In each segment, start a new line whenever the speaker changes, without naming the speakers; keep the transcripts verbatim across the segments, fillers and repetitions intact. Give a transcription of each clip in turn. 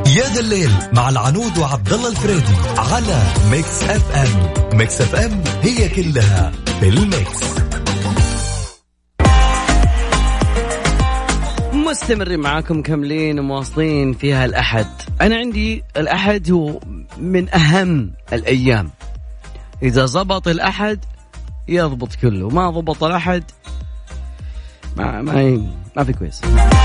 يا ذا الليل مع العنود وعبد الله الفريدي على ميكس اف ام. ميكس اف ام هي كلها بالميكس.
مستمرين معاكم كملين ومواصلين فيها الأحد. أنا عندي الأحد هو من أهم الأيام. إذا زبط الأحد يضبط كله، ما ضبط الأحد ما ما ما في كويس.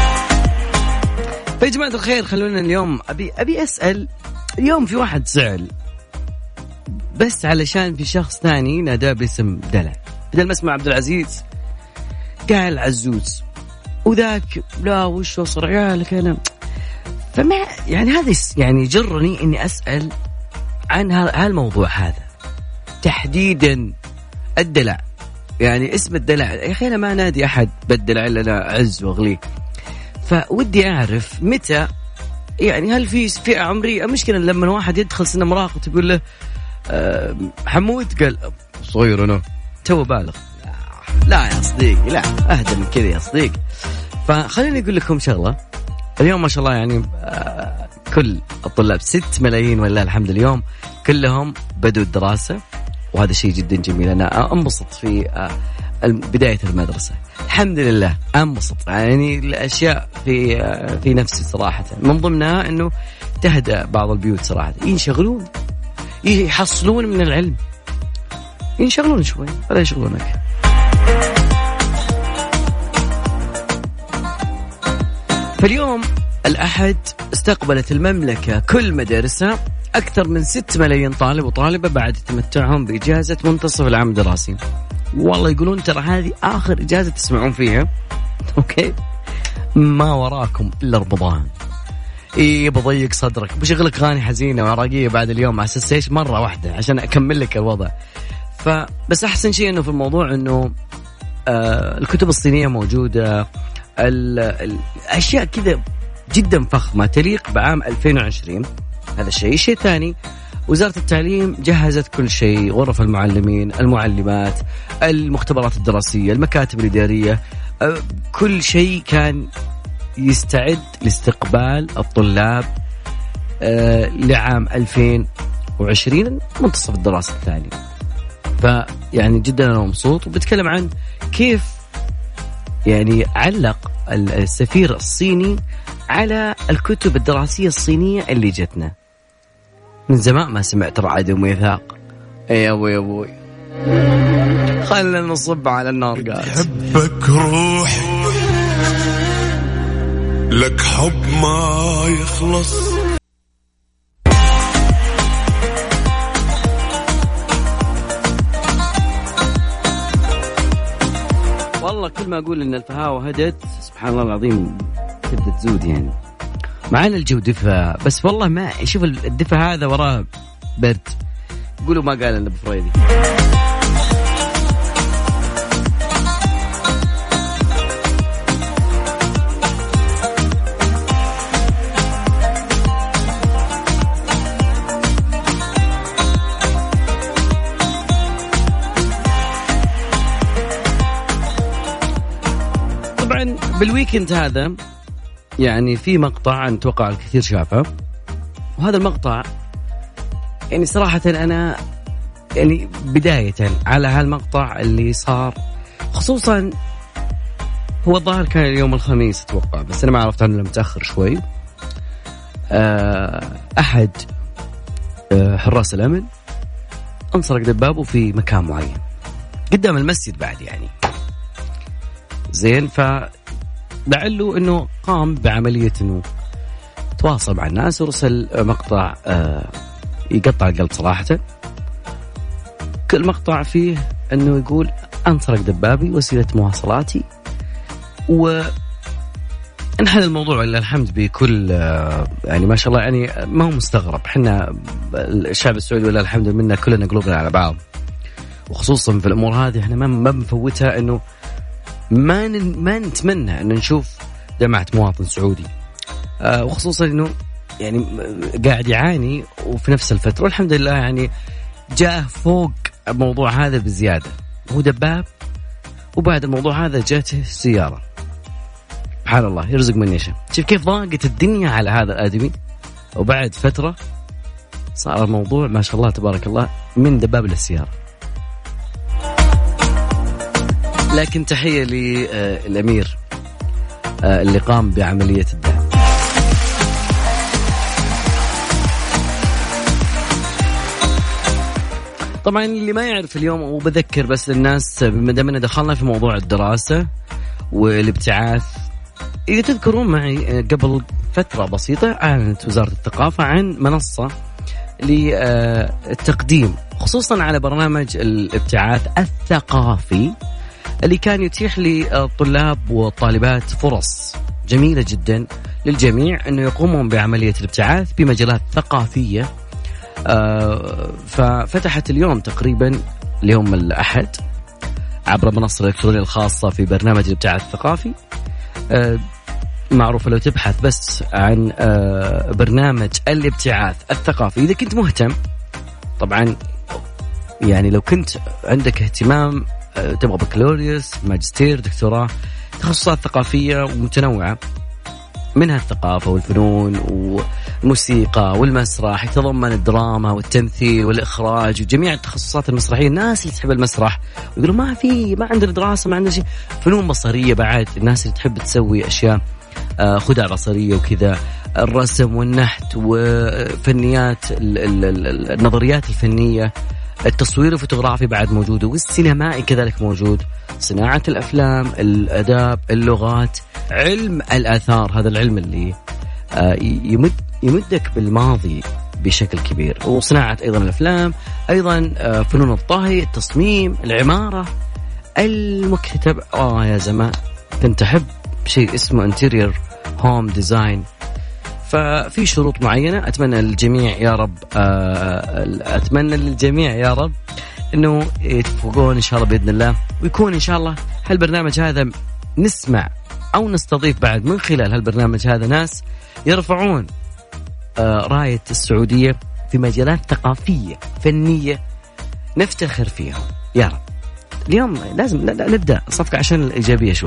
يا جماعة الخير، خلونا اليوم أبي أبي أسأل. اليوم في واحد زعل بس علشان في شخص ثاني ناداه باسم دلع، بدل ما اسمه عبد العزيز قال عزوز، وذاك لا وش وصر عيالك أنا. فما يعني هذا يعني جرني إني أسأل عن هالموضوع هذا تحديدا، الدلع. يعني اسم الدلع يا أخي، أنا ما نادي أحد بالدلع إلا أنا أعز وأغليك. فودي أعرف متى، يعني هل في فئة عمرية؟ مشكلة لما واحد يدخل سنة مراهقة تقول له أه حمود، قال صغير أنا تو بالغ. لا يا صديقي، لا أهدى من كذا يا صديقي. فخليني أقول لكم شغلة. اليوم ما شاء الله يعني آه كل الطلاب ست ملايين ولا الحمد اليوم كلهم بدوا الدراسة، وهذا شيء جدا جميل. أنا أنبسط في آه بداية المدرسة، الحمد لله أنبسط. يعني الأشياء في آه في نفسي صراحة، من ضمنها أنه تهدأ بعض البيوت صراحة، ينشغلون يحصلون من العلم، ينشغلون شوي ولا يشغلونك. فاليوم الأحد استقبلت المملكة كل مدارسها أكثر من ستة ملايين طالب وطالبة بعد تمتعهم بإجازة منتصف العام الدراسي. والله يقولون ترى هذه آخر إجازة تسمعون فيها، أوكي؟ ما وراكم إلا رمضان. إيه بضيق صدرك بشغلك غاني حزينة وعراقية بعد اليوم على أساس إيش مرة واحدة عشان أكمل لك الوضع. فبس أحسن شيء إنه في الموضوع إنه آه الكتب الصينية موجودة، الأشياء كذا جدا فخمة تليق بعام ألفين وعشرين. هذا الشيء. شيء ثاني، وزارة التعليم جهزت كل شيء، غرف المعلمين، المعلمات، المختبرات الدراسية، المكاتب الإدارية، كل شيء كان يستعد لاستقبال الطلاب لعام ألفين وعشرين منتصف الدراسة الثاني. فيعني جدا أنا مبسوط، وبتكلم عن كيف يعني علق السفير الصيني على الكتب الدراسية الصينية اللي جتنا. من زمان ما سمعت رعد وميثاق. اي ابوي يا ابوي، خلنا نصب على النار. قال
حبك روحي لك حب ما يخلص.
والله كل ما أقول إن الفهاوة هدت سبحان الله العظيم تبدأ تزود. يعني معانا الجو دفا، بس والله ما شوف الدفا هذا وراه برد. قولوا ما قال لنا بفريدي. طبعا بالويكند هذا يعني في مقطع أتوقع الكثير شافه، وهذا المقطع يعني صراحة أنا يعني بداية على هالمقطع اللي صار، خصوصا هو الظاهر كان اليوم الخميس أتوقع، بس أنا ما عرفت عنه متأخر شوي. أحد حراس الأمن انسرق دبابه في مكان معين قدام المسجد بعد يعني زين. ف لعله أنه قام بعملية أنه تواصل مع الناس ورسل مقطع آه يقطع القلب صراحة. كل مقطع فيه أنه يقول أنسرق دبابي وسيلة مواصلاتي، وانحل الموضوع لله الحمد بكل آه يعني ما شاء الله. يعني ما هو مستغرب، حنا الشعب السعودي لله الحمد منا كلنا قلوبنا على بعض، وخصوصا في الأمور هذه احنا ما ما بنفوتها. أنه ما ما نتمنى أن نشوف دمعة مواطن سعودي، آه وخصوصا أنه يعني قاعد يعاني وفي نفس الفترة والحمد لله يعني جاء فوق الموضوع هذا بزيادة. هو دباب وبعد الموضوع هذا جاته سيارة. سبحان الله يرزق من يشاء. شوف كيف ضاقت الدنيا على هذا الآدمي. وبعد فترة صار الموضوع ما شاء الله تبارك الله من دباب للسيارة. لكن تحية للأمير اللي قام بعملية الدعم. طبعا اللي ما يعرف اليوم وبذكر بس للناس بما دامنا دخلنا في موضوع الدراسة والابتعاث، إذا تذكرون معي قبل فترة بسيطة أعلنت وزارة الثقافة عن منصة للتقديم خصوصا على برنامج الابتعاث الثقافي اللي كان يتيح للطلاب والطالبات فرص جميلة جدا للجميع أنه يقومون بعملية الابتعاث بمجالات ثقافية. ففتحت اليوم تقريبا اليوم الأحد عبر المنصة الإلكترونية الخاصة في برنامج الابتعاث الثقافي، معروفة لو تبحث بس عن برنامج الابتعاث الثقافي. إذا كنت مهتم طبعا، يعني لو كنت عندك اهتمام تبغى بكالوريوس ماجستير دكتوراه، تخصصات ثقافية ومتنوعة منها الثقافة والفنون والموسيقى والمسرح، يتضمن الدراما والتمثيل والإخراج وجميع التخصصات المسرحية. الناس اللي تحب المسرح ويقولوا ما في ما عندنا دراسة ما عندنا شيء، فنون بصرية بعد، الناس اللي تحب تسوي أشياء خدع بصرية وكذا، الرسم والنحت وفنيات النظريات الفنية، التصوير الفوتوغرافي بعد موجود، والسينمائي كذلك موجود، صناعة الأفلام، الأداب، اللغات، علم الآثار، هذا العلم اللي يمد يمدك بالماضي بشكل كبير، وصناعة أيضا الأفلام، أيضا فنون الطهي، التصميم، العمارة، المكتب. آه يا زمان كنت أحب شيء اسمه interior home design. ففي شروط معينة أتمنى للجميع يا رب، أتمنى للجميع يا رب أنه يتفوقون إن شاء الله بإذن الله، ويكون إن شاء الله هالبرنامج هذا نسمع أو نستضيف بعد من خلال هالبرنامج هذا ناس يرفعون راية السعودية في مجالات ثقافية فنية نفتخر فيها يا رب. اليوم لازم نبدأ صفقة عشان الإيجابية شوي.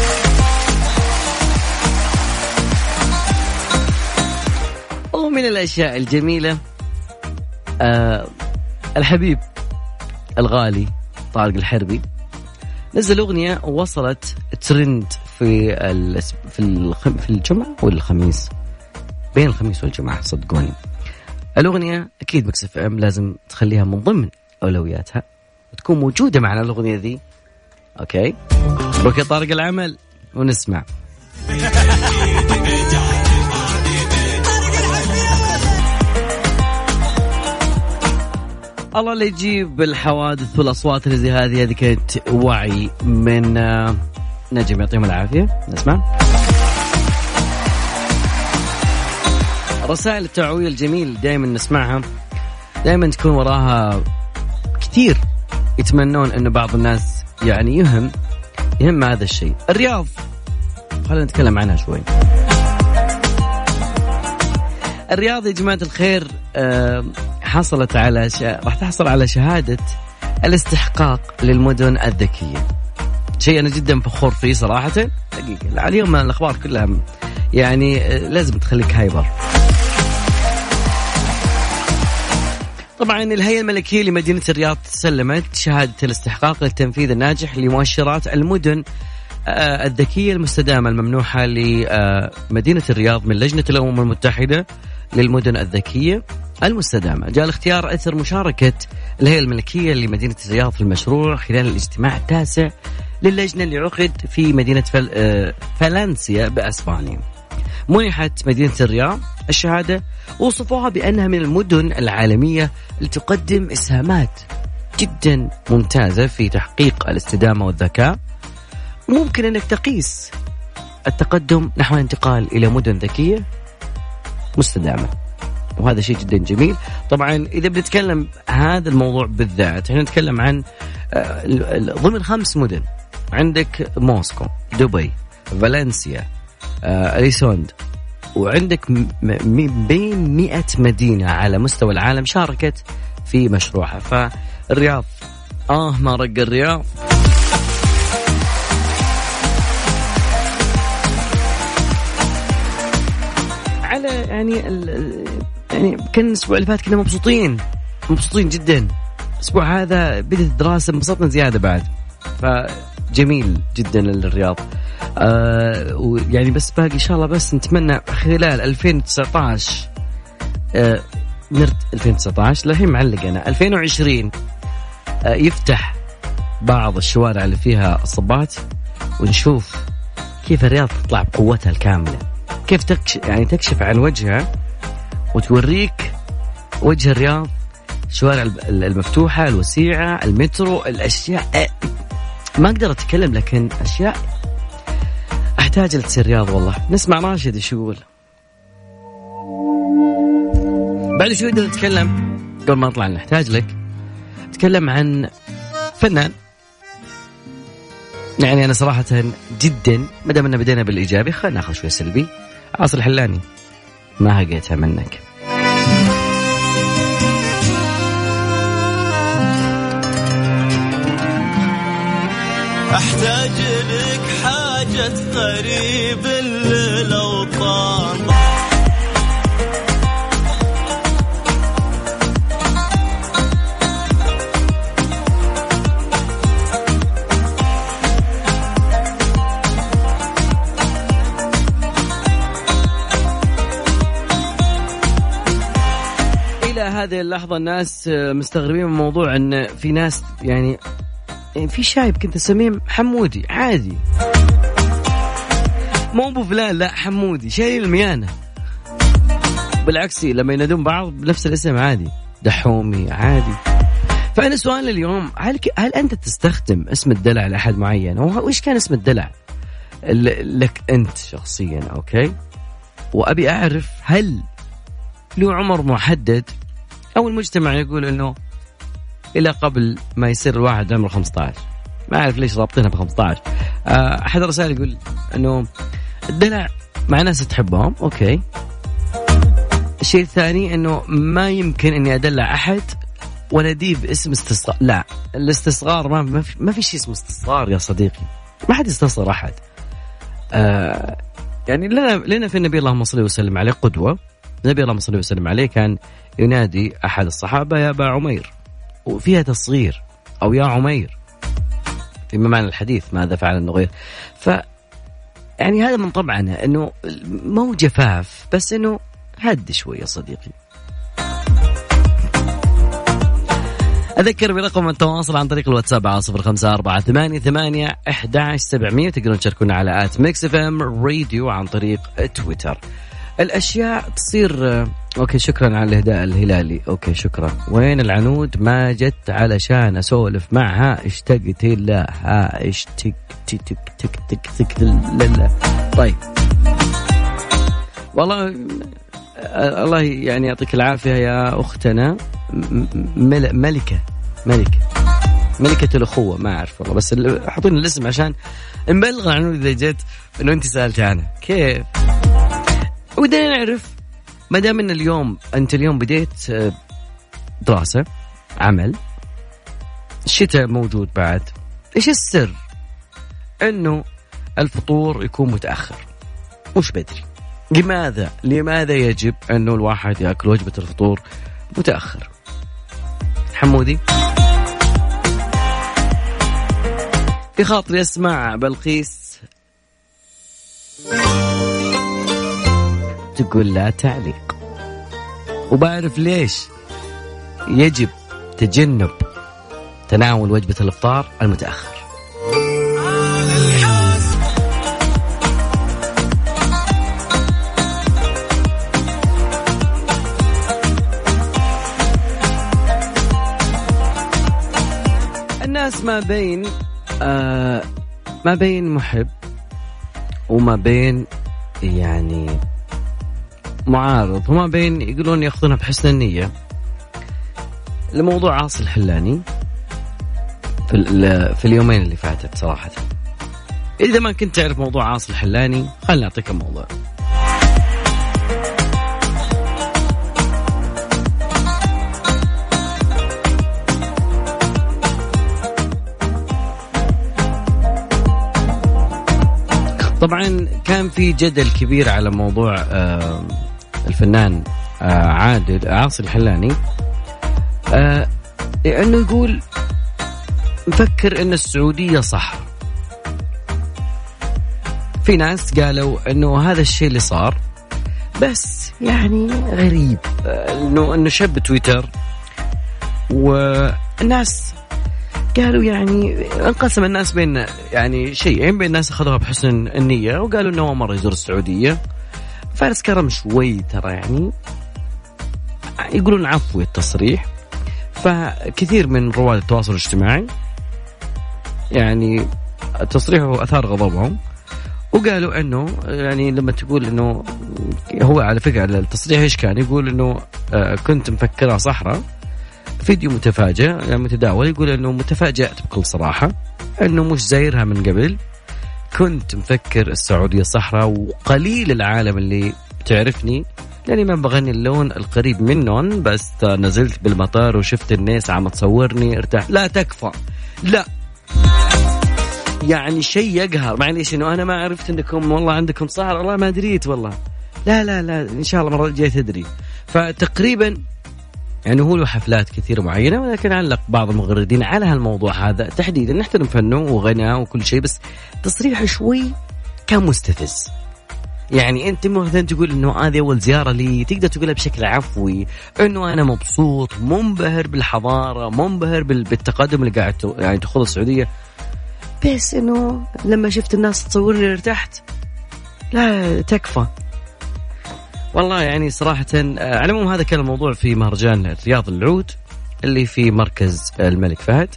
ومن الأشياء الجميلة آه الحبيب الغالي طارق الحربي نزل أغنية ووصلت ترند في في في الجمعة والخميس، بين الخميس والجمعة صدقوني. الأغنية أكيد ميكس اف ام لازم تخليها من ضمن أولوياتها وتكون موجودة معنا الأغنية ذي. أوكي بروك يا طارق العمل ونسمع. الله اللي يجيب الحوادث والأصوات اللي زي هذه، هذه كانت وعي من نجم يعطيهم العافية. نسمع رسائل التوعوية الجميل دائما نسمعها، دائما تكون وراها كثير يتمنون أنه بعض الناس يعني يهم يهم هذا الشيء. الرياض خلينا نتكلم عنها شوي. الرياض يا جماعة الخير حصلت على ش... راح تحصل على شهادة الاستحقاق للمدن الذكية، شيء أنا جدا فخور فيه صراحة. دقيقة اليوم الأخبار كلها يعني لازم تخليك هايبر. طبعا الهيئة الملكية لمدينة الرياض سلمت شهادة الاستحقاق للتنفيذ الناجح لمؤشرات المدن الذكية المستدامة الممنوحة لمدينة الرياض من لجنة الأمم المتحدة للمدن الذكية المستدامة. جاء الاختيار أثر مشاركة الهيئة الملكية لمدينة الرياض في المشروع خلال الاجتماع التاسع للجنة اللي عقد في مدينة فل... فالنسيا بأسبانيا. منحت مدينة الرياض الشهادة وصفوها بأنها من المدن العالمية اللي تقدم إسهامات جدا ممتازة في تحقيق الاستدامة والذكاء. ممكن أنك تقيس التقدم نحو الانتقال إلى مدن ذكية مستدامة، وهذا شيء جدا جميل. طبعا إذا بنتكلم هذا الموضوع بالذات احنا نتكلم عن ضمن خمس مدن، عندك موسكو، دبي، فالنسيا، أليسوند، وعندك بين مئة مدينة على مستوى العالم شاركت في مشروعها. فالرياض آه ما رق الرياض. على يعني ال يعني كان الأسبوع اللي فات كنا مبسوطين مبسوطين جدا. الأسبوع هذا بدأت الدراسة انبسطنا زيادة بعد، فجميل جدا للرياض. آه ويعني بس باقي إن شاء الله بس نتمنى خلال ألفين وتسعة عشر آه نرد ألفين وتسعة عشر للحين معلق أنا ألفين وعشرين آه يفتح بعض الشوارع اللي فيها صبات ونشوف كيف الرياض تطلع بقوتها الكاملة، كيف تكشف يعني تكشف عن وجهها وتوريك وجه الرياض، الشوارع المفتوحة الوسيعة المترو الأشياء. ما أقدر أتكلم لكن أشياء أحتاج لتصير رياض. والله نسمع راشد إيش يقول بعد شوي. بدنا نتكلم قبل ما نطلع نحتاج لك نتكلم عن فنان. يعني أنا صراحة جدا ما دام أننا بدينا بالإيجابي خلينا ناخذ شوي سلبي. عاصر الحلاني ما هقيتها منك.
أحتاج لك حاجة قريب للأوطان.
إلى هذه اللحظة الناس مستغربين من موضوع أن في ناس يعني يعني في شايب كنت اسميه حمودي عادي، مو ابو فلان لا حمودي شايل الميانة. بالعكس لما ينادون بعض بنفس الاسم عادي، دحومي عادي. فأنا سؤال اليوم هل هل أنت تستخدم اسم الدلع لأحد معين؟ وإيش كان اسم الدلع لك أنت شخصيا؟ أوكي، وأبي أعرف هل له عمر محدد أو المجتمع يقول إنه إلى قبل ما يصير الواحد عمره خمسة عشر. ما أعرف ليش رابطينها بخمسة عشر. أحد الرسائل يقول إنه الدلع مع ناس تحبهم. أوكي. الشيء الثاني إنه ما يمكن إني أدلع أحد ونديه باسم استصغار. لا، الاستصغار ما ما في, ما في شيء اسمه استصغار يا صديقي. ما حد يستصغر أحد. آه يعني لنا لنا في النبي اللهم صل وسلم عليه قدوة. النبي اللهم صل وسلم عليه كان ينادي أحد الصحابة يا أبا عمير، وفيها تصغير أو يا عمير فيما معنى الحديث ماذا فعل النغير. ف يعني هذا من طبعنا إنه مو جفاف بس إنه هد شوي يا صديقي. أذكر برقم التواصل عن طريق الواتساب على صفر خمسة أربعة ثمانية ثمانية أحد عشر سبعمية. تقدرون تشاركونا على آت ميكس اف ام راديو عن طريق تويتر. الأشياء تصير. أوكي شكرا على الهداء الهلالي. أوكي شكرا. وين العنود ما جت علشان أسولف معها اشتقت لها اشتق تك تك تك تك لا. طيب والله الله يعني يعطيك العافية يا أختنا مل... ملكة ملكة ملكة الأخوة. ما أعرف والله بس حطينا الاسم عشان نبلغ عنود إذا جت إنه أنت سألت عنها كيف. ودنا نعرف ما دام ان اليوم انت اليوم بديت دراسة عمل، الشتاء موجود بعد، ايش السر انه الفطور يكون متأخر مش بدري؟ لماذا لماذا يجب انه الواحد ياكل وجبة الفطور متأخر؟ حمودي في خاطري اسمع بلقيس تقول لا تعليق، وبعرف ليش يجب تجنب تناول وجبة الإفطار المتأخر. الناس ما بين آه ما بين محب وما بين يعني معارض وما بين يقولون يأخذونها بحسن النية. لموضوع عاصي الحلاني في, في اليومين اللي فاتت صراحة، إذا ما كنت تعرف موضوع عاصي الحلاني خلنا أعطيك الموضوع. طبعا كان في جدل كبير على موضوع الفنان آه عادل عاصي الحلاني آه انه يقول مفكر ان السعودية صح. في ناس قالوا انه هذا الشيء اللي صار، بس يعني غريب انه انه شاب تويتر والناس قالوا يعني انقسم الناس بين يعني شيئين، بين الناس اخذوها بحسن النية وقالوا انه مرة يزور السعودية. فارس كرم شوي ترى يعني يقولون عفوي التصريح، فكثير من رواد التواصل الاجتماعي يعني تصريحه أثار غضبهم، وقالوا انه يعني لما تقول انه هو على فكرة التصريح ايش كان يقول انه آه كنت مفكرها صحراء. فيديو متفاجئ يعني متداول يقول انه متفاجئت بكل صراحة انه مش زايرها من قبل، كنت مفكر السعودية صحراء وقليل العالم اللي تعرفني لاني ما بغني اللون القريب منهم، بس نزلت بالمطار وشفت الناس عم تصورني ارتاح. لا تكفى، لا يعني شيء يقهر. معليش انه انا ما عرفت انكم والله عندكم صحراء، والله ما دريت والله. لا لا لا ان شاء الله مرة جاي تدري. فتقريبا يعني هو له حفلات كثيرة معينة، ولكن علق بعض المغردين على هالموضوع هذا تحديدا. نحترم فنه وغناه وكل شيء، بس تصريحه شوي كان مستفز. يعني انت مثلا تقول انه هذه اول زيارة لي، تقدر تقولها بشكل عفوي انه انا مبسوط منبهر بالحضارة منبهر بالتقدم اللي قاعد يعني تخوض السعودية، بس انه لما شفت الناس تصورني ارتحت. لا تكفى والله. يعني صراحة على العموم هذا كان الموضوع في مهرجان رياض العود اللي في مركز الملك فهد.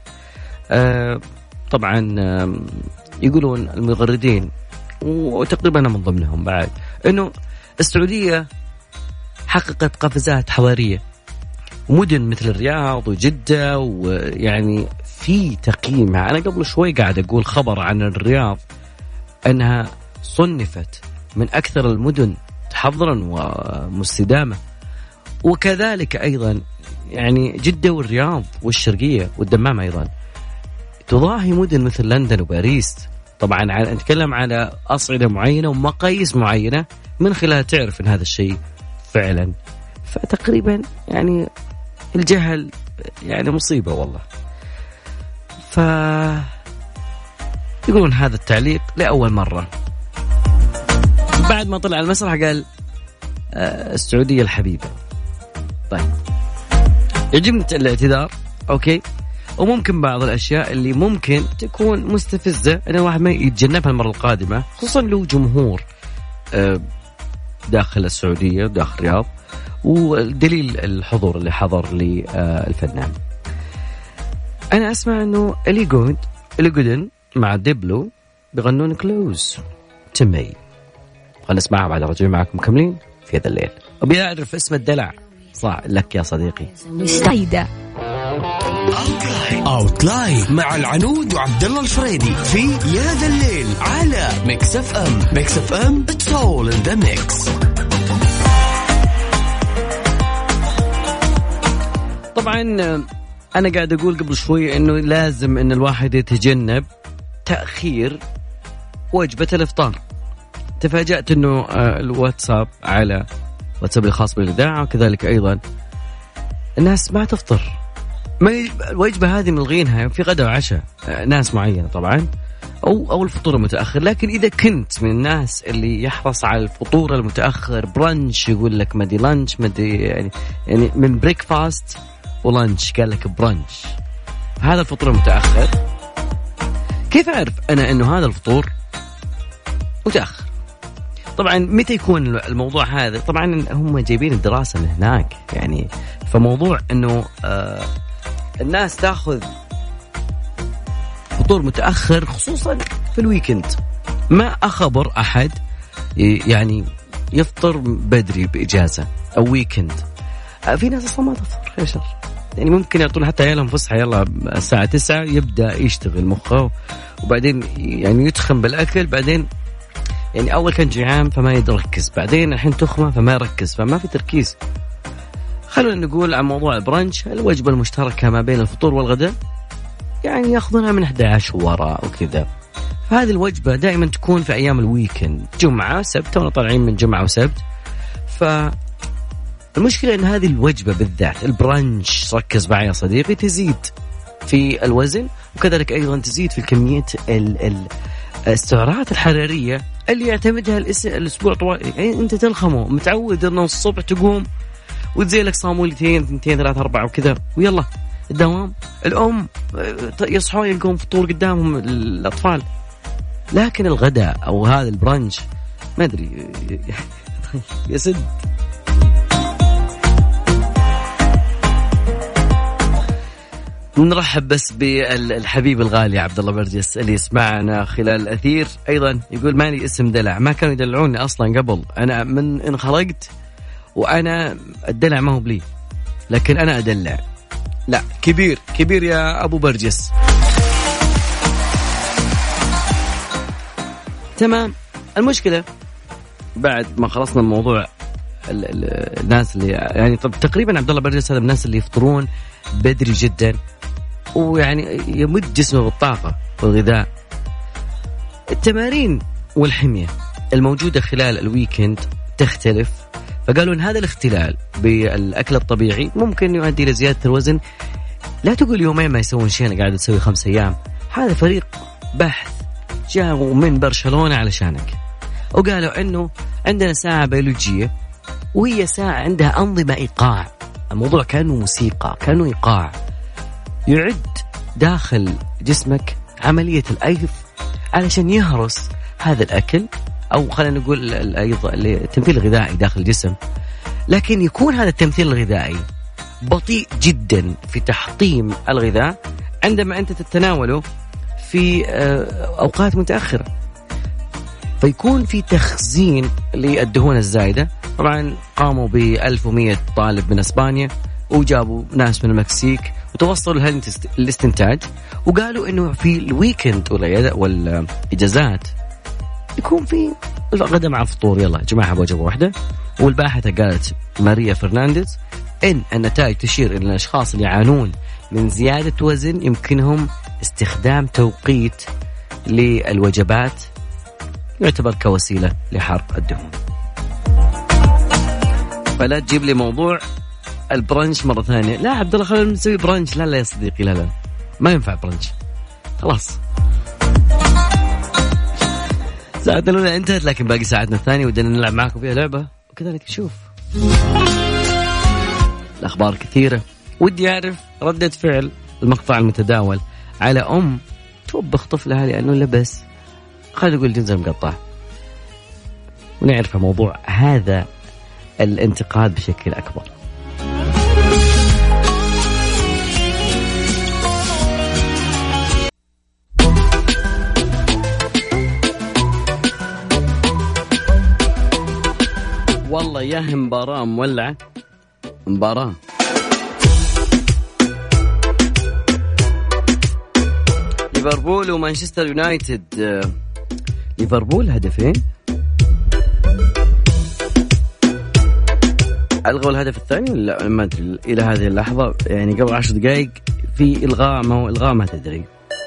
طبعا يقولون المغردين وتقريبا أنا من ضمنهم بعد أنه السعودية حققت قفزات حضارية، ومدن مثل الرياض وجدة ويعني في تقييمها. أنا قبل شوي قاعد أقول خبر عن الرياض أنها صنفت من أكثر المدن تحضرا ومستدامة، وكذلك أيضا يعني جدة والرياض والشرقية والدمام أيضا تضاهي مدن مثل لندن وباريس. طبعا نتكلم على أصعدة معينة ومقاييس معينة من خلال تعرف أن هذا الشيء فعلا. فتقريبا يعني الجهل يعني مصيبة والله. ف يقولون هذا التعليق لأول مرة بعد ما طلع المسرح قال آه السعودية الحبيبة. طيب يجب الاعتذار أوكي، وممكن بعض الأشياء اللي ممكن تكون مستفزة أن الواحد ما يتجنبها المرة القادمة، خصوصا له جمهور آه داخل السعودية وداخل الرياض، والدليل الحضور اللي حضر للفنان. أنا أسمع أنه إلي جود إلي جودن مع ديبلو بغنون كلوز تمي. خلنا نسمعها بعد رجع معكم مكملين في هذا الليل. أبي أعرف اسم الدلع صح لك يا صديقي.
مستعدة
أوتلاين مع العنود وعبد الله الفريدي في يا هذا الليل على ميكس اف ام. ميكس اف ام it's all in the mix.
طبعا أنا قاعد أقول قبل شوي إنه لازم إن الواحد يتجنب تأخير وجبة الإفطار. تفاجأت إنه الواتساب على واتساب الخاص بالإذاعة وكذلك أيضا الناس ما تفطر، ما الوجبة هذه ملغينها في غدا وعشاء ناس معينة طبعا، أو أو الفطور المتأخر. لكن إذا كنت من الناس اللي يحرص على الفطور المتأخر برانش، يقول لك مدي لانش مدي يعني يعني من بريكفاست ولانش قال لك برانش، هذا الفطور المتأخر. كيف أعرف أنا إنه هذا الفطور متأخر؟ طبعا متى يكون الموضوع هذا؟ طبعا هم جايبين الدراسة من هناك يعني، فموضوع إنه آه الناس تأخذ فطور متأخر خصوصا في الويكند. ما أخبر أحد يعني يفطر بدري بإجازة أو ويكند. آه في ناس أصلا ما تفطر خير شر، يعني ممكن يعطون حتى عيالهم فسحة، يلا الساعة تسعة يبدأ يشتغل مخه، وبعدين يعني يتخن بالأكل، بعدين يعني أول كان جيعان فما يركز، بعدين الحين تخمة فما يركز، فما في تركيز. خلونا نقول عن موضوع البرانش، الوجبة المشتركة ما بين الفطور والغداء، يعني يأخذونها من أحد عشر وراء وكذا. فهذه الوجبة دائما تكون في أيام الويكند، جمعة سبت، وطالعين من جمعة وسبت. ف المشكلة أن هذه الوجبة بالذات البرانش، ركز معي يا صديقي، تزيد في الوزن وكذلك أيضا تزيد في كمية ال ال السعرات الحرارية اللي يعتمدها الأسبوع طوال. يعني أنت تلخمه متعود أنه الصبح تقوم وتزي لك صامولتين اثنتين ثلاثة أربعة وكذا ويلا الدوام. الأم يصحون يلقون فطور قدامهم الأطفال، لكن الغداء أو هذا البرانش ما أدري يسد. نرحب بس بالحبيب الغالي عبد الله برجس اللي يسمعنا خلال الأثير. أيضا يقول مالي اسم دلع، ما كانوا يدلعوني أصلا قبل، أنا من إن خرجت وأنا الدلع ما هو بلي، لكن أنا أدلع. لا كبير كبير يا أبو برجس. تمام. المشكلة بعد ما خلصنا الموضوع ال ال الناس اللي يعني طب تقريبا عبد الله برجس هذا من الناس اللي يفطرون بدري جدا ويعني يمد جسمه بالطاقة والغذاء. التمارين والحمية الموجودة خلال الويكند تختلف، فقالوا ان هذا الاختلال بالاكل الطبيعي ممكن يؤدي الى زيادة الوزن. لا تقول يومين ما يسوون شيء انا قاعد تسوي خمس ايام. هذا فريق بحث جاءوا من برشلونة علشانك وقالوا انه عندنا ساعة بيولوجية وهي ساعة عندها أنظمة إيقاع. الموضوع كأنه موسيقى، كأنه إيقاع يعد داخل جسمك عملية الأيض علشان يهرس هذا الأكل، أو خلينا نقول الأيض التمثيل الغذائي داخل الجسم. لكن يكون هذا التمثيل الغذائي بطيء جدا في تحطيم الغذاء عندما أنت تتناوله في أوقات متأخرة، فيكون في تخزين للدهون الزايدة. طبعا قاموا ب ألف ومئة طالب من اسبانيا وجابوا ناس من المكسيك وتوصلوا لهالاستنتاج، وقالوا انه في الويكند والاجازات يكون في الغداء مع الفطور، يلا يا جماعه بوجبه واحده. والباحثه قالت ماريا فرنانديز ان النتائج تشير الى الاشخاص اللي يعانون من زياده وزن يمكنهم استخدام توقيت للوجبات يعتبر كوسيله لحرق الدهون. فلا تجيب لي موضوع البرانش مرة ثانية. لا عبد الله خلينا نسوي برانش. لا لا يا صديقي، لا لا ما ينفع برانش، خلاص. ساعتنا الأولى انتهت، لكن باقي ساعتنا الثانية ودنا نلعب معكم فيها لعبة وكذلك نشوف الأخبار كثيرة. ودي أعرف ردة فعل المقطع المتداول على أم توبخ طفلها لأنه لبس خلينا نقول جنس مقطع، ونعرف موضوع هذا الانتقاد بشكل أكبر. والله يا مباراة مولعة، مباراة ليفربول ومانشستر يونايتد. ليفربول هدفين، ألغوا الهدف الثاني ولا ما أدري إلى هذه اللحظة، يعني قبل عشر دقائق في إلغاء، ما هو إلغاء ما تدري.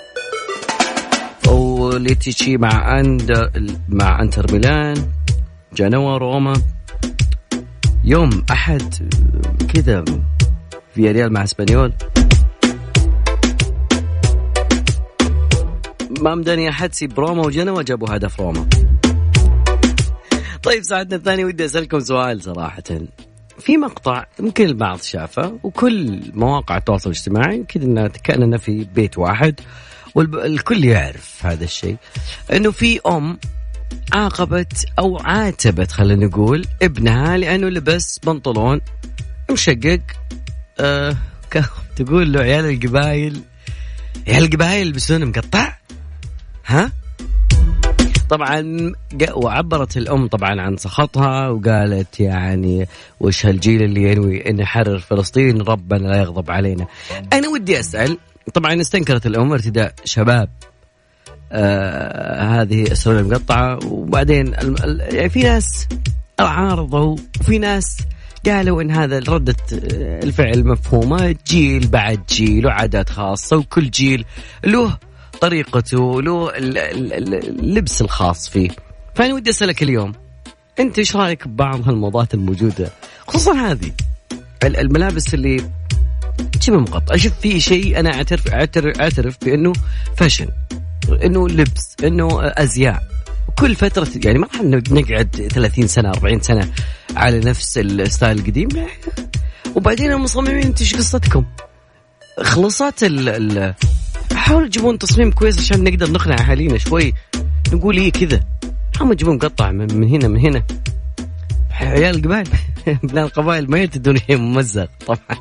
وليتشي مع أندر مع أنتر ميلان، جنوا روما. يوم أحد كذا في ريال مع اسبانيول، ما مداني أحد سيب روما وجنوا جابوا هدف روما. طيب ساعتنا الثانية ودي أسألكم سؤال صراحة. في مقطع يمكن البعض شافه وكل مواقع التواصل الاجتماعي كذا كأننا في بيت واحد والكل يعرف هذا الشيء، انه في ام عاقبت او عاتبت خلينا نقول ابنها لانه لبس بنطلون مشقق. أه تقول له عيال القبايل عيال القبايل يلبسون مقطع، ها؟ طبعا وعبرت الأم طبعا عن سخطها وقالت يعني وش هالجيل اللي ينوي أن يحرر فلسطين، ربنا لا يغضب علينا. أنا ودي أسأل، طبعا استنكرت الأم ارتداء شباب آه هذه السروال المقطعة، وبعدين يعني في ناس عارضوا وفي ناس قالوا إن هذا ردة الفعل مفهومة، جيل بعد جيل وعادات خاصة وكل جيل له طريقته له اللبس الخاص فيه. فأنا ودي أسألك اليوم، أنت إيش رأيك ببعض هالموضات الموجودة خصوصا هذه الملابس اللي شبه مقطع. أشوف في شيء أنا أعترف أعترف أعترف بأنه فاشن، إنه لبس، إنه أزياء. كل فترة يعني ما راح نقعد ثلاثين سنة أربعين سنة على نفس الستايل القديم. وبعدين المصممين انتوا ايش قصتكم؟ خلصات ال ال حاولوا تجيبون تصميم كويس عشان نقدر نقنع اهالينا شوي، نقول ايه كذا. حاولوا تجيبون قطع من, من هنا من هنا. عيال القبائل من القبائل ما يتدون شيء ممزق طبعا.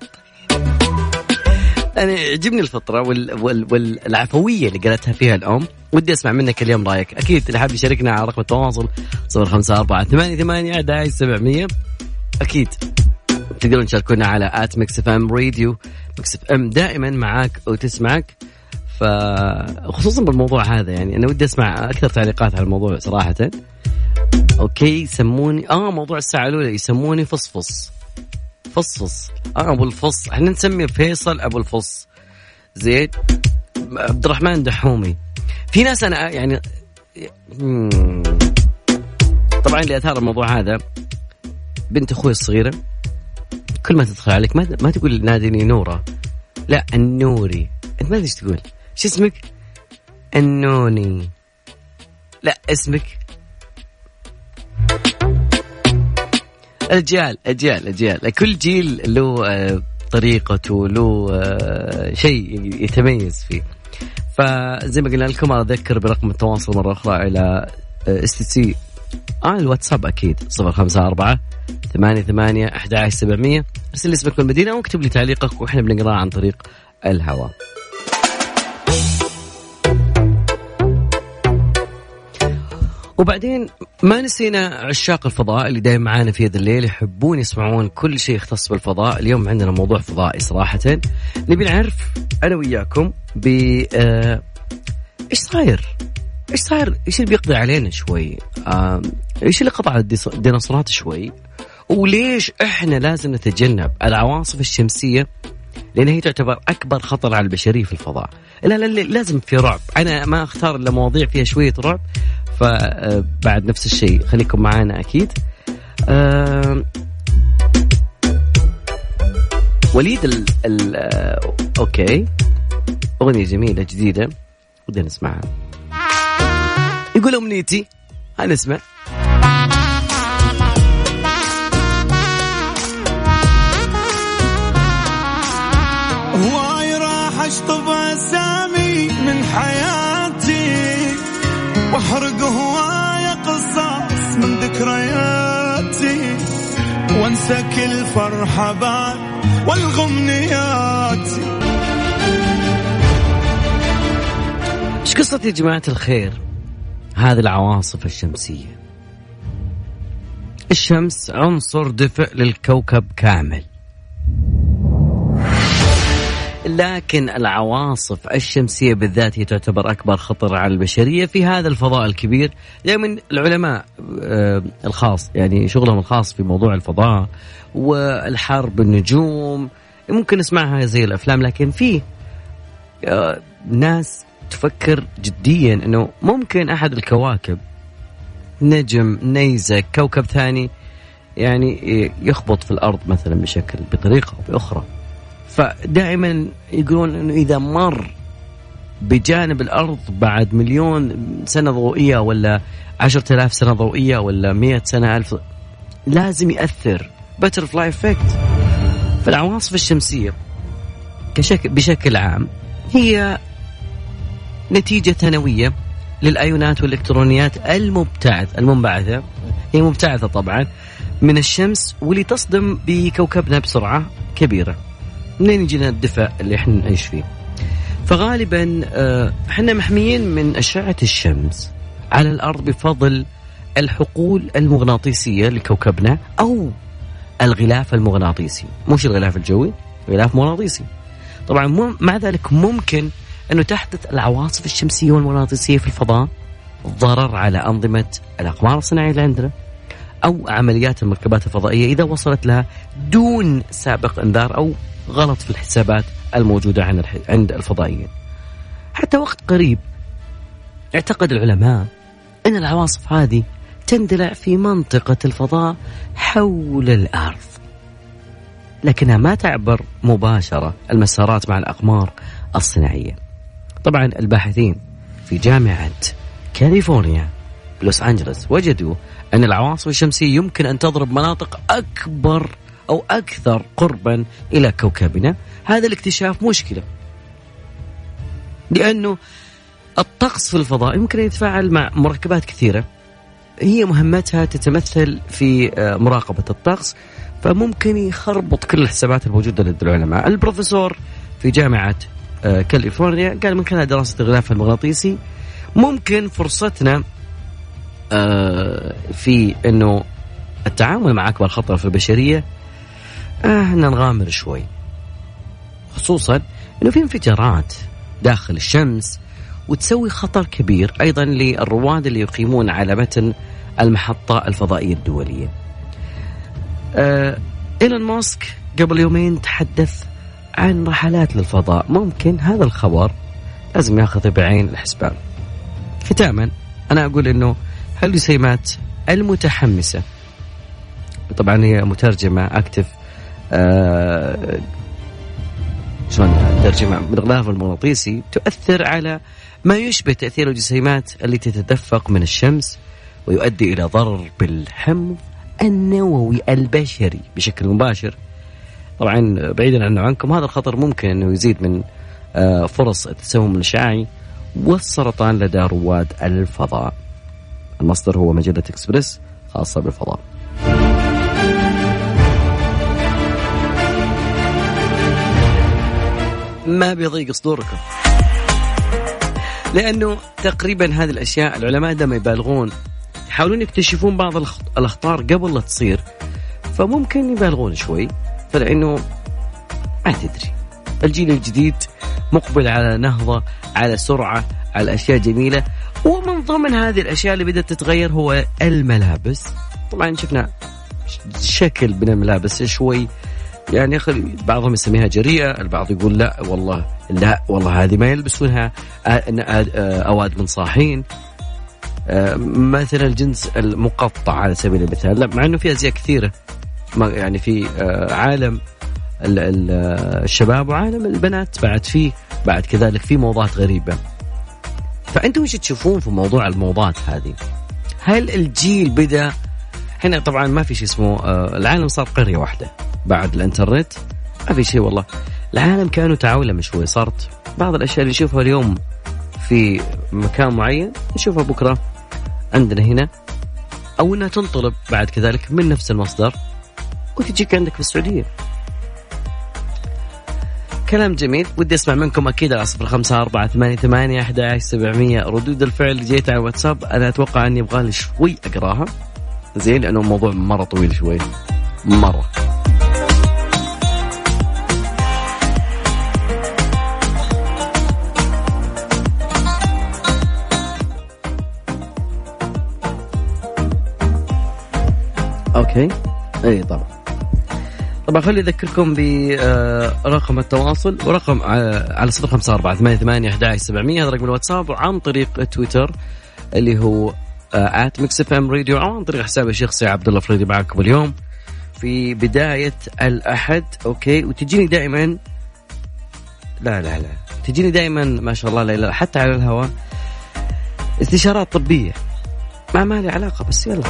أنا يعجبني الفطرة وال وال والعفوية اللي قالتها فيها الأم. ودي أسمع منك اليوم رأيك. أكيد اللي حاب يشاركنا على رقم التواصل صفر خمسة أربعة ثمانية ثمانية أحد عشر سبعمية. أكيد تقدرون تشاركونا على آت ميكس اف ام راديو. ميكس اف ام دائما معاك وتسمعك، فخصوصا بالموضوع هذا يعني أنا ودي أسمع أكثر تعليقات على الموضوع صراحة. أوكي يسموني آه موضوع الساعة الأولى يسموني فصفص فصفص آه أبو الفص. احنا نسمي فيصل أبو الفص. زين عبد الرحمن دحومي. في ناس أنا يعني طبعا اللي أثار الموضوع هذا بنت أخوي الصغيرة كل ما تدخل عليك ما ما تقول ناديني نورة، لا النوري. أنت ما أدري إيش تقول. شو اسمك؟ النوني. لا اسمك أجيال أجيال أجيال. كل جيل له طريقته، له شيء يتميز فيه. فزي ما قلنا لكم أذكر برقم التواصل مرة أخرى إلى اس تي سي آه الواتساب أكيد صفر خمسة أربعة ثمانية ثمانية أحد عشر سبعمية. ارسل لي اسمك والمدينة واكتب لي تعليقك وإحنا بنقرأ عن طريق الهواء. وبعدين ما نسينا عشاق الفضاء اللي دايما معانا في هذا الليل، يحبون يسمعون كل شيء يختص بالفضاء. اليوم عندنا موضوع فضائي صراحة نبي نعرف أنا وياكم ب آه... إيش صاير إيش صاير إيش اللي بيقضي علينا شوي، آه... إيش اللي قطع الديناصورات شوي، وليش إحنا لازم نتجنب العواصف الشمسية لأن هي تعتبر أكبر خطر على البشرية في الفضاء. لا لا لازم في رعب. أنا ما أختار إلا مواضيع فيها شوية رعب، فبعد نفس الشيء خليكم معانا أكيد. أه وليد ال ال أوكي أغنية جميلة جديدة ودنا نسمعها. يقول أمنيتي هنسمع.
هواي راح أشطب أسامي من حياتي واحرق هواي قصص من ذكرياتي وانسى كل فرحة بعد والغمنيات.
ايش قصة يا جماعة الخير هذه العواصف الشمسية؟ الشمس عنصر دفء للكوكب كامل، لكن العواصف الشمسية بالذات هي تعتبر أكبر خطر على البشرية في هذا الفضاء الكبير. دائما العلماء الخاص يعني شغلهم الخاص في موضوع الفضاء والحرب النجوم ممكن نسمعها زي الأفلام، لكن في ناس تفكر جديا أنه ممكن أحد الكواكب نجم نيزك كوكب ثاني يعني يخبط في الأرض مثلا بشكل بطريقة أو بأخرى. فدائما يقولون أنه إذا مر بجانب الأرض بعد مليون سنة ضوئية ولا عشرة آلاف سنة ضوئية ولا مئة سنة ألف لازم يأثر butterfly effect. فالعواصف الشمسية كشكل بشكل عام هي نتيجة ثانوية للأيونات والإلكترونيات المبتعث المنبعثة هي مبتعثة طبعا من الشمس واللي تصدم بكوكبنا بسرعة كبيرة. منين يجينا الدفء اللي احنا نعيش فيه؟ فغالبا احنا محميين من أشعة الشمس على الأرض بفضل الحقول المغناطيسية لكوكبنا أو الغلاف المغناطيسي، مش الغلاف الجوي، غلاف مغناطيسي. طبعا مع ذلك ممكن أنه تحدث العواصف الشمسية والمغناطيسية في الفضاء ضرر على أنظمة الأقمار الصناعية اللي عندنا أو عمليات المركبات الفضائية إذا وصلت لها دون سابق إنذار أو غلط في الحسابات الموجودة عند الفضائيين. حتى وقت قريب اعتقد العلماء أن العواصف هذه تندلع في منطقة الفضاء حول الأرض، لكنها ما تعبر مباشرة المسارات مع الأقمار الصناعية. طبعا الباحثين في جامعة كاليفورنيا بلوس أنجلوس وجدوا أن العواصف الشمسية يمكن أن تضرب مناطق أكبر أو أكثر قربا إلى كوكبنا. هذا الاكتشاف مشكلة، لأنه الطقس في الفضاء يمكن أن يتفاعل مع مركبات كثيرة هي مهمتها تتمثل في مراقبة الطقس، فممكن يخربط كل الحسابات الموجودة لدى العلماء. البروفيسور في جامعة كاليفورنيا قال من خلال دراسة الغلاف المغناطيسي ممكن فرصتنا في أنه التعامل مع أكبر خطر في البشرية أن نغامر شوي، خصوصا أنه في انفجارات داخل الشمس وتسوي خطر كبير أيضا للرواد اللي يقيمون على متن المحطة الفضائية الدولية. آه، إيلون ماسك قبل يومين تحدث عن رحلات للفضاء، ممكن هذا الخبر لازم يأخذ بعين الحسبان. ختاما أنا أقول أنه هالجسيمات المتحمسة، طبعا هي مترجمة أكتف آه شلون ترجمة بالغلاف المغناطيسي، تؤثر على ما يشبه تأثير الجسيمات التي تتدفق من الشمس ويؤدي إلى ضرر بالحمض النووي البشري بشكل مباشر. طبعا بعيدا عنه عنكم هذا الخطر ممكن أنه يزيد من فرص التسمم الإشعاعي والسرطان لدى رواد الفضاء. المصدر هو مجلة إكسبرس خاصة بالفضاء. ما بيضيق صدوركم، لأنه تقريبا هذه الأشياء العلماء دائما يبالغون، يحاولون يكتشفون بعض الأخطار قبل لا تصير، فممكن يبالغون شوي. فلأنه ما تدري الجيل الجديد مقبل على نهضة، على سرعة، على أشياء جميلة، ومن ضمن هذه الأشياء اللي بدأت تتغير هو الملابس. طبعا شفنا شكل من الملابس شوي يعني خلي بعضهم يسميها جريئة، البعض يقول لا والله لا والله هذه ما يلبسونها أواد من صاحين، مثلا الجنس المقطع على سبيل المثال، لا مع أنه في أزياء كثيرة يعني في عالم الشباب وعالم البنات بعد فيه بعد كذلك في موضات غريبة. فأنتوا وش تشوفون في موضوع الموضات هذه؟ هل الجيل بدأ هنا؟ طبعا ما في شيء اسمه العالم صار قرية واحدة بعد الانترنت، ما في شيء والله. العالم كانوا تعاولم شوي، صارت بعض الأشياء اللي نشوفها اليوم في مكان معين نشوفها بكرة عندنا هنا، أو أنها تنطلب بعد كذلك من نفس المصدر وتجيك عندك في السعودية. كلام جميل، ودي أسمع منكم أكيد على صفر خمسة أربعة ثمانية ثمانية أحد عشر سبعمية. ردود الفعل اللي جيت على الواتساب أنا أتوقع أني أبغى لي شوي أقراها زين، لأنه الموضوع مرة طويل شوي مرة. أوكي أي طبعا طبعا خلي أذكركم برقم التواصل، ورقم على صفر خمسة أربعة ثمانية ثمانية أحد عشر سبعمية، هذا رقم الواتساب، وعن طريق تويتر اللي هو آت ميكس اف ام راديو، أو عن طريق حسابي الشخصي عبد الله فريدي معكم اليوم في بداية الأحد. أوكي، وتجيني دائما لا لا لا تجيني دائما ما شاء الله لا لا حتى على الهواء استشارات طبية ما ما لي علاقة، بس يلا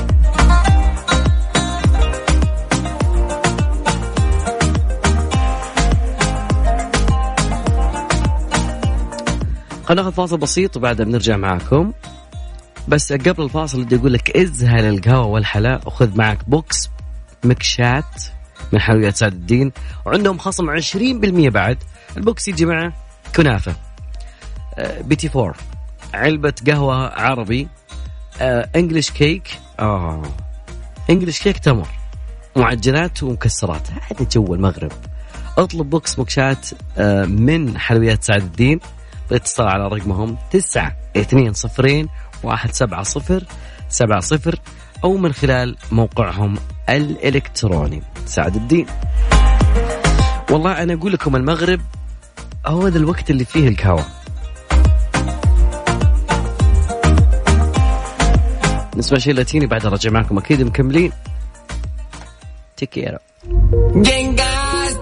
خلينا ناخذ فاصل بسيط وبعدها بنرجع معاكم. بس قبل الفاصل بدي أقول لك ازهل القهوة والحلا، وخذ معك بوكس مكشات من حلويات سعد الدين، وعندهم خصم عشرين بالمية بعد. البوكس يجي معه كنافة بيتي فور، علبة قهوة عربي، انجليش كيك آه. انجليش كيك تمر، معجنات ومكسرات. هذا جو المغرب. اطلب بوكس مكشات من حلويات سعد الدين باتصال على رقمهم تسعة اثنين صفرين واحد سبعة صفر سبعة صفر، أو من خلال موقعهم الإلكتروني سعد الدين. والله أنا أقول لكم المغرب هو ذا الوقت اللي فيه القهوة. نسمع شيء لاتيني بعد رجع معكم أكيد مكملين. تكيرو.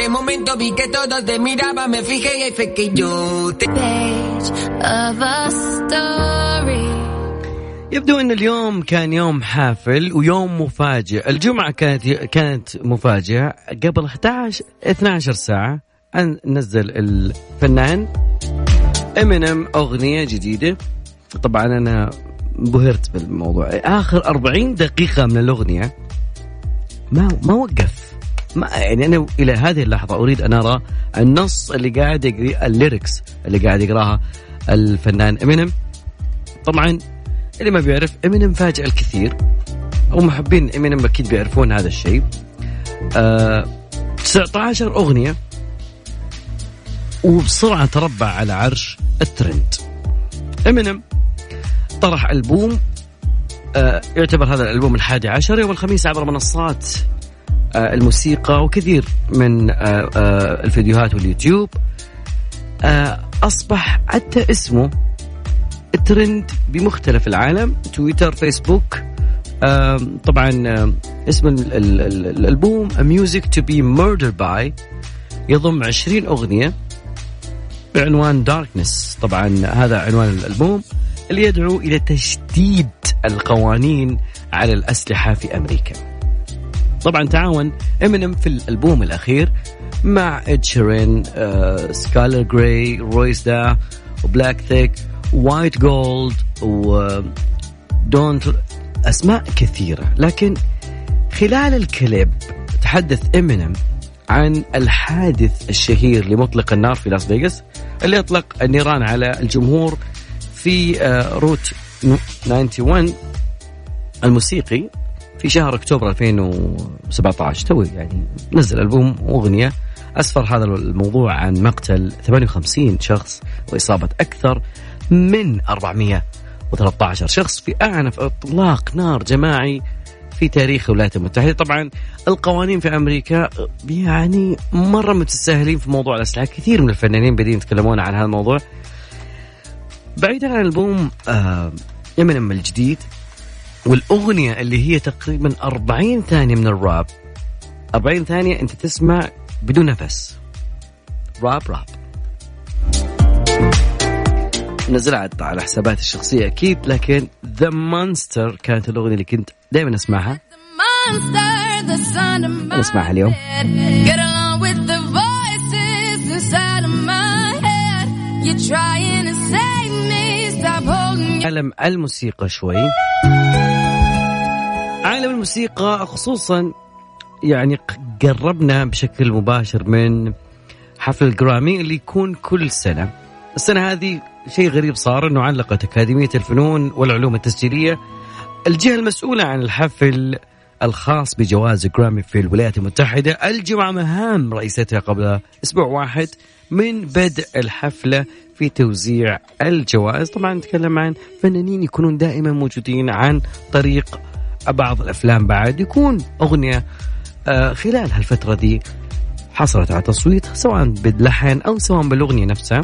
ese momento vi que todos te miraban, me fijé y ahí fue que yo te...
Page of a story.
يبدو أن اليوم كان يوم حافل ويوم مفاجئ. الجمعة كانت كانت مفاجئة. قبل إحدى عشر اثنتي عشرة ساعة أن نزل الفنان إمينيم أغنية جديدة. طبعا أنا بهرت بالموضوع. آخر أربعين دقيقة من الأغنية ما ما وقف. ما يعني أنا إلى هذه اللحظة أريد أن أرى النص اللي قاعد يقرأ، الليركس اللي قاعد يقراها الفنان إمينيم. طبعا اللي ما بيعرف إمينيم فاجأ الكثير، أو محبين إمينيم أكيد بيعرفون هذا الشيء. آه تسعة عشر أغنية وبسرعة تربع على عرش الترند. إمينيم طرح ألبوم آه يعتبر هذا الألبوم الحادي عشر يوم الخميس عبر منصات آه الموسيقى وكثير من آه آه الفيديوهات واليوتيوب. آه أصبح حتى اسمه الترند بمختلف العالم، تويتر، فيسبوك. آه طبعا آه اسم ال ال ال الألبوم A Music to be Murdered by يضم عشرين أغنية بعنوان Darkness. طبعا هذا عنوان الألبوم اللي يدعو إلى تشديد القوانين على الأسلحة في أمريكا. طبعا تعاون إمينيم في الألبوم الأخير مع إد شيرين، آه، سكايلر جراي، رويس دا، وبلاك ثيك، وايت جولد، ودونت، أسماء كثيرة. لكن خلال الكليب تحدث إمينيم عن الحادث الشهير لمطلق النار في لاس فيغاس اللي أطلق النيران على الجمهور في آه، روت واحد وتسعين الموسيقي في شهر أكتوبر ألفين وسبعة عشر. توي يعني نزل ألبوم وأغنية أسفر هذا الموضوع عن مقتل ثمانية وخمسين شخص وإصابة أكثر من أربعمائة وثلاثة عشر شخص في أعنف إطلاق نار جماعي في تاريخ الولايات المتحدة. طبعا القوانين في أمريكا يعني مرة متساهلين في موضوع الأسلحة. كثير من الفنانين بدين يتكلمون عن هذا الموضوع. بعيدا عن الألبوم آه إمينيم الجديد والأغنية اللي هي تقريبا أربعين ثانية من الراب، أربعين ثانية أنت تسمع بدون نفس، راب راب. نزلها على حسابات الشخصية أكيد، لكن The Monster كانت الأغنية اللي كنت دائما أسمعها. نسمعها اليوم. عالم الموسيقى شوي، عالم الموسيقى خصوصا يعني قربنا بشكل مباشر من حفل الجرامي اللي يكون كل سنة. السنة هذه شيء غريب صار، أنه علقت أكاديمية الفنون والعلوم التسجيلية الجهة المسؤولة عن الحفل الخاص بجوائز جرامي في الولايات المتحدة الجمعة مهام رئيستها قبل أسبوع واحد من بدء الحفلة في توزيع الجوائز. طبعا نتكلم عن فنانين يكونون دائما موجودين، عن طريق بعض الأفلام بعد يكون أغنية خلال هالفترة دي حصلت على تصويت سواء باللحن أو سواء بالأغنية نفسها.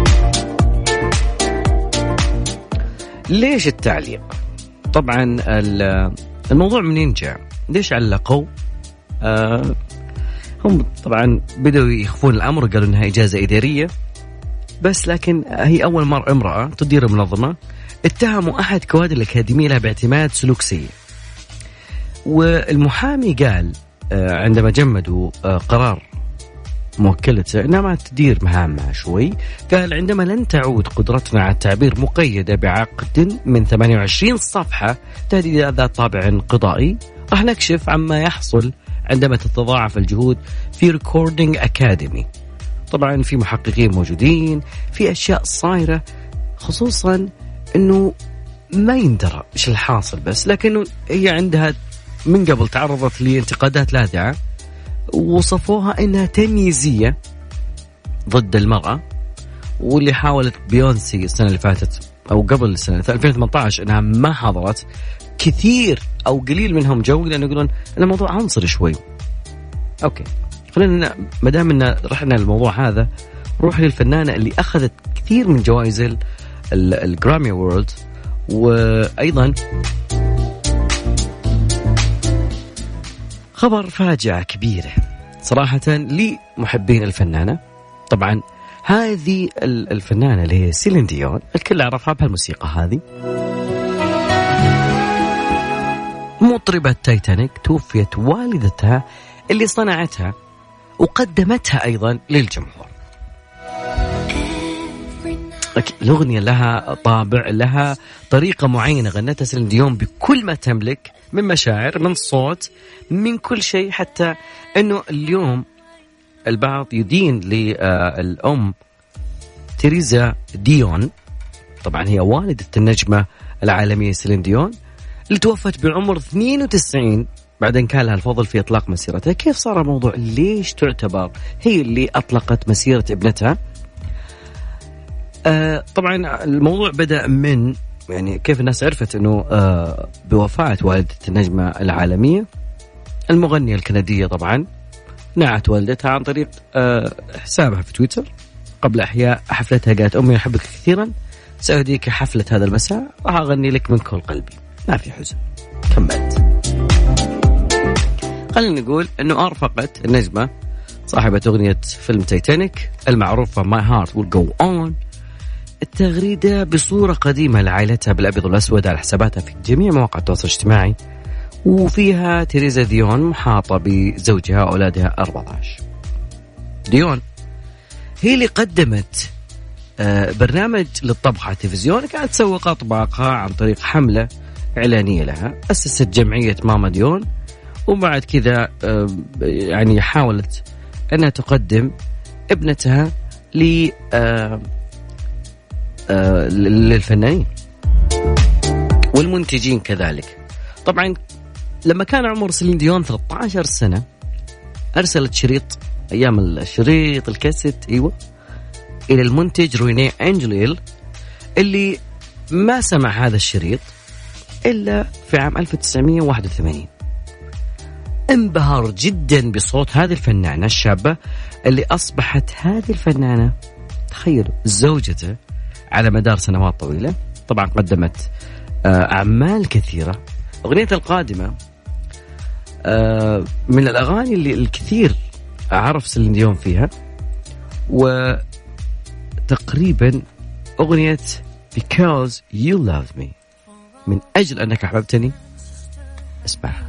ليش التعليق؟ طبعا الموضوع منين جاء؟ ليش علقوا؟ آه هم طبعا بدأوا يخفون الأمر، قالوا إنها إجازة إدارية بس، لكن هي أول مرة امرأة تدير المنظمة. اتهموا أحد كوادر الأكاديمية لها باعتماد سلوك سيء، والمحامي قال آه عندما جمدوا آه قرار موكلته انها ما تدير مهامها شوي، قال عندما لن تعود قدرتنا على التعبير مقيدة بعقد من ثمانية وعشرين صفحة تهديد ذات طابع قضائي، راح نكشف عما يحصل عندما تتضاعف الجهود في ريكوردينج أكاديمي. طبعا في محققين موجودين، في أشياء صايرة، خصوصا أنه ما يندرى إيش الحاصل، بس لكنه هي عندها من قبل تعرضت لانتقادات لاذعة وصفوها إنها تمييزية ضد المرأة، واللي حاولت بيونسي السنة اللي فاتت أو قبل السنة ألفين وثمانية عشر إنها ما حضرت. كثير أو قليل منهم جو لأنه يقولون أن الموضوع عنصري شوي. أوكي خلينا مدام إن رحنا الموضوع هذا روح للفنانة اللي أخذت كثير من جوائز الجرامي وورلد، وأيضا خبر فاجعة كبيرة صراحة لمحبين الفنانة. طبعا هذه الفنانة اللي هي سيلين ديون الكل عرفها بهالموسيقى هذه. مطربة تايتانيك توفيت والدتها اللي صنعتها وقدمتها أيضا للجمهور. الأغنية لها طابع، لها طريقة معينة غنتها سيلين ديون بكل ما تملك من مشاعر، من صوت، من كل شيء. حتى أنه اليوم البعض يدين للأم تيريزا ديون، طبعا هي والدة النجمة العالمية سيلين ديون اللي توفت بعمر اثنين وتسعين، بعدين كان لها الفضل في إطلاق مسيرتها. كيف صار الموضوع؟ ليش تعتبر هي اللي أطلقت مسيرة ابنتها؟ آه طبعا الموضوع بدأ من يعني كيف الناس عرفت أنه آه بوفاة والدة النجمة العالمية المغنية الكندية. طبعا نعت والدتها عن طريق آه حسابها في تويتر قبل إحياء حفلتها. قالت: أمي أحبك كثيرا، سأهديك حفلة هذا المساء، راح أغني لك من كل قلبي، ما في حزن. كملت. خلينا نقول أنه أرفقت النجمة صاحبة أغنية فيلم تايتانيك المعروفة My Heart Will Go On التغريدة بصورة قديمة لعائلتها بالأبيض والأسود على حساباتها في جميع مواقع التواصل الاجتماعي، وفيها تيريزا ديون محاطة بزوجها وأولادها أربعة عشر. ديون هي اللي قدمت برنامج للطبخ على التلفزيون، كانت تسوق أطباقها عن طريق حملة إعلانية لها. أسست جمعية ماما ديون، وبعد كذا يعني حاولت أنها تقدم ابنتها ل للفنانين والمنتجين كذلك. طبعا لما كان عمر سيلين ديون ثلاثة عشر سنة أرسلت شريط، أيام الشريط الكاسيت أيوة، إلى المنتج رويني أنجليل اللي ما سمع هذا الشريط إلا في عام ألف وتسعمائة وواحد وثمانين. انبهر جدا بصوت هذه الفنانة الشابة اللي أصبحت هذه الفنانة تخيلوا زوجته على مدار سنوات طويلة. طبعا قدمت أعمال كثيرة. أغنية القادمة من الأغاني اللي الكثير عرف سيلين ديون فيها، وتقريبا أغنية Because You Love Me، من أجل أنك أحببتني. اسمعها.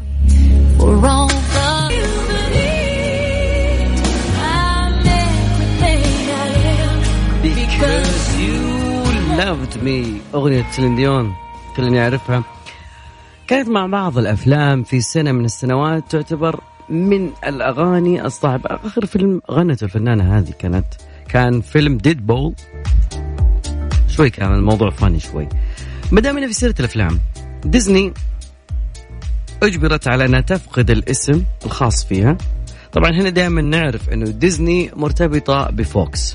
Because You Loved Me، أغنية سيلين ديون كلنا يعرفها. كانت مع بعض الأفلام في سنة من السنوات تعتبر من الأغاني الصعبة. آخر فيلم غنته الفنانة هذه كانت كان فيلم ديد بول. شوي كان الموضوع فاني شوي. مدامنا في سيرة الأفلام، ديزني أجبرت على أنها تفقد الاسم الخاص فيها. طبعا هنا دائما نعرف أنه ديزني مرتبطة بفوكس،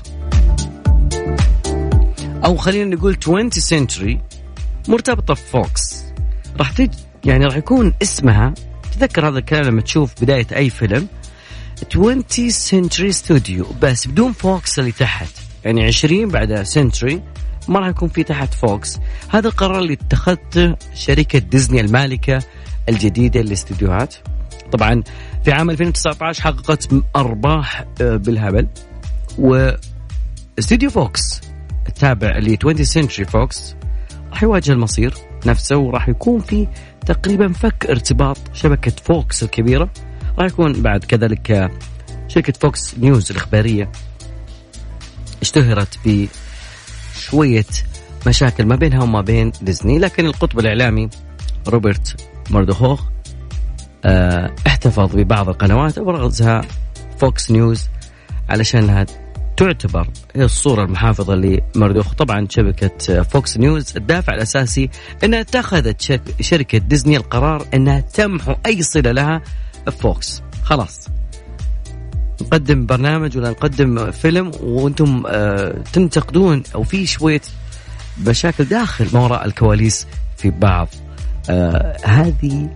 أو خلينا نقول twentieth century مرتبطة بفوكس. راح تج يعني راح يكون اسمها، تذكر هذا الكلام لما تشوف بداية أي فيلم twentieth century studio بس بدون فوكس اللي تحت، يعني عشرين بعد century ما راح يكون في تحت فوكس. هذا القرار اللي اتخذته شركة ديزني المالكة الجديدة للاستديوهات. طبعا في عام ألفين وتسعة عشر حققت أرباح بالهبل، واستديو فوكس التابع ل twentieth century fox راح يواجه المصير نفسه، وراح يكون في تقريبا فك ارتباط شبكة فوكس الكبيرة. راح يكون بعد كذلك شركة فوكس نيوز الإخبارية اشتهرت بشوية مشاكل ما بينها وما بين ديزني، لكن القطب الإعلامي روبرت مردوخوخ اه احتفظ ببعض القنوات أبرزها فوكس نيوز علشانها تعتبر هي الصورة المحافظة لمردوخ. طبعا شبكة فوكس نيوز الدافع الأساسي أنها اتخذت شركة ديزني القرار أنها تمحو أي صلة لها فوكس. خلاص نقدم برنامج ولا نقدم فيلم وأنتم آه تنتقدون أو في شوية مشاكل داخل ما وراء الكواليس في بعض آه هذه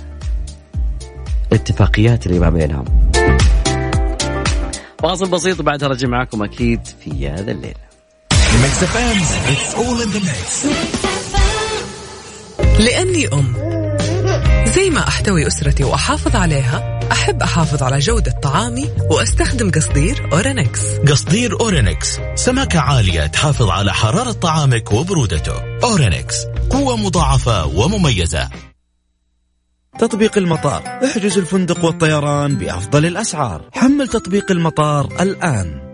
الاتفاقيات اللي ما بينهم. فاصل بسيط بعدها رجع معكم أكيد في هذا الليل.
لأني أم، زي ما أحتوي أسرتي وأحافظ عليها أحب أحافظ على جودة طعامي وأستخدم قصدير أورينكس.
قصدير أورينكس سمكة عالية تحافظ على حرارة طعامك وبرودته. أورينكس قوة مضاعفة ومميزة.
تطبيق المطار، احجز الفندق والطيران بأفضل الأسعار. حمل تطبيق المطار الآن.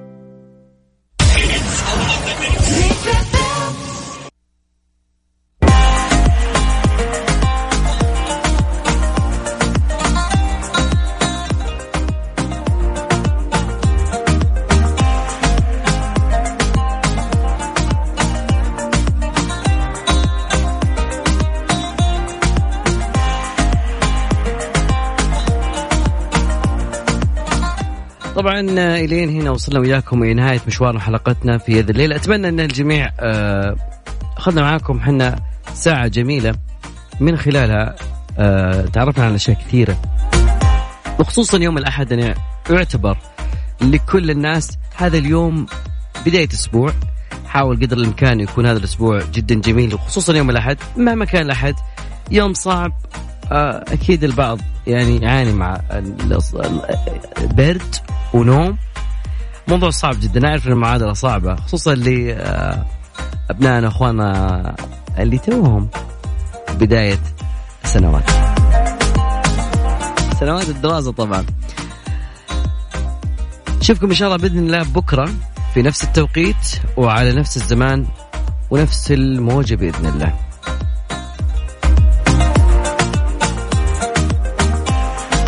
طبعا إلين هنا وصلنا وياكم إلى نهاية مشوار حلقتنا في هذا الليل. أتمنى أن الجميع أخذنا معاكم حنا ساعة جميلة من خلالها تعرفنا على أشياء كثيرة، وخصوصا يوم الأحد أن يعتبر لكل الناس هذا اليوم بداية أسبوع. حاول قدر الإمكان يكون هذا الأسبوع جدا جميل، وخصوصا يوم الأحد مهما كان الأحد يوم صعب. أكيد البعض يعني يعاني مع برد ونوم، موضوع صعب جدا. أعرف أن المعادلة صعبة، خصوصا اللي أبنائنا أخوانا اللي توهم بداية سنوات سنوات الدراسة. طبعا نشوفكم إن شاء الله بإذن الله بكرة في نفس التوقيت وعلى نفس الزمان ونفس الموجة بإذن الله.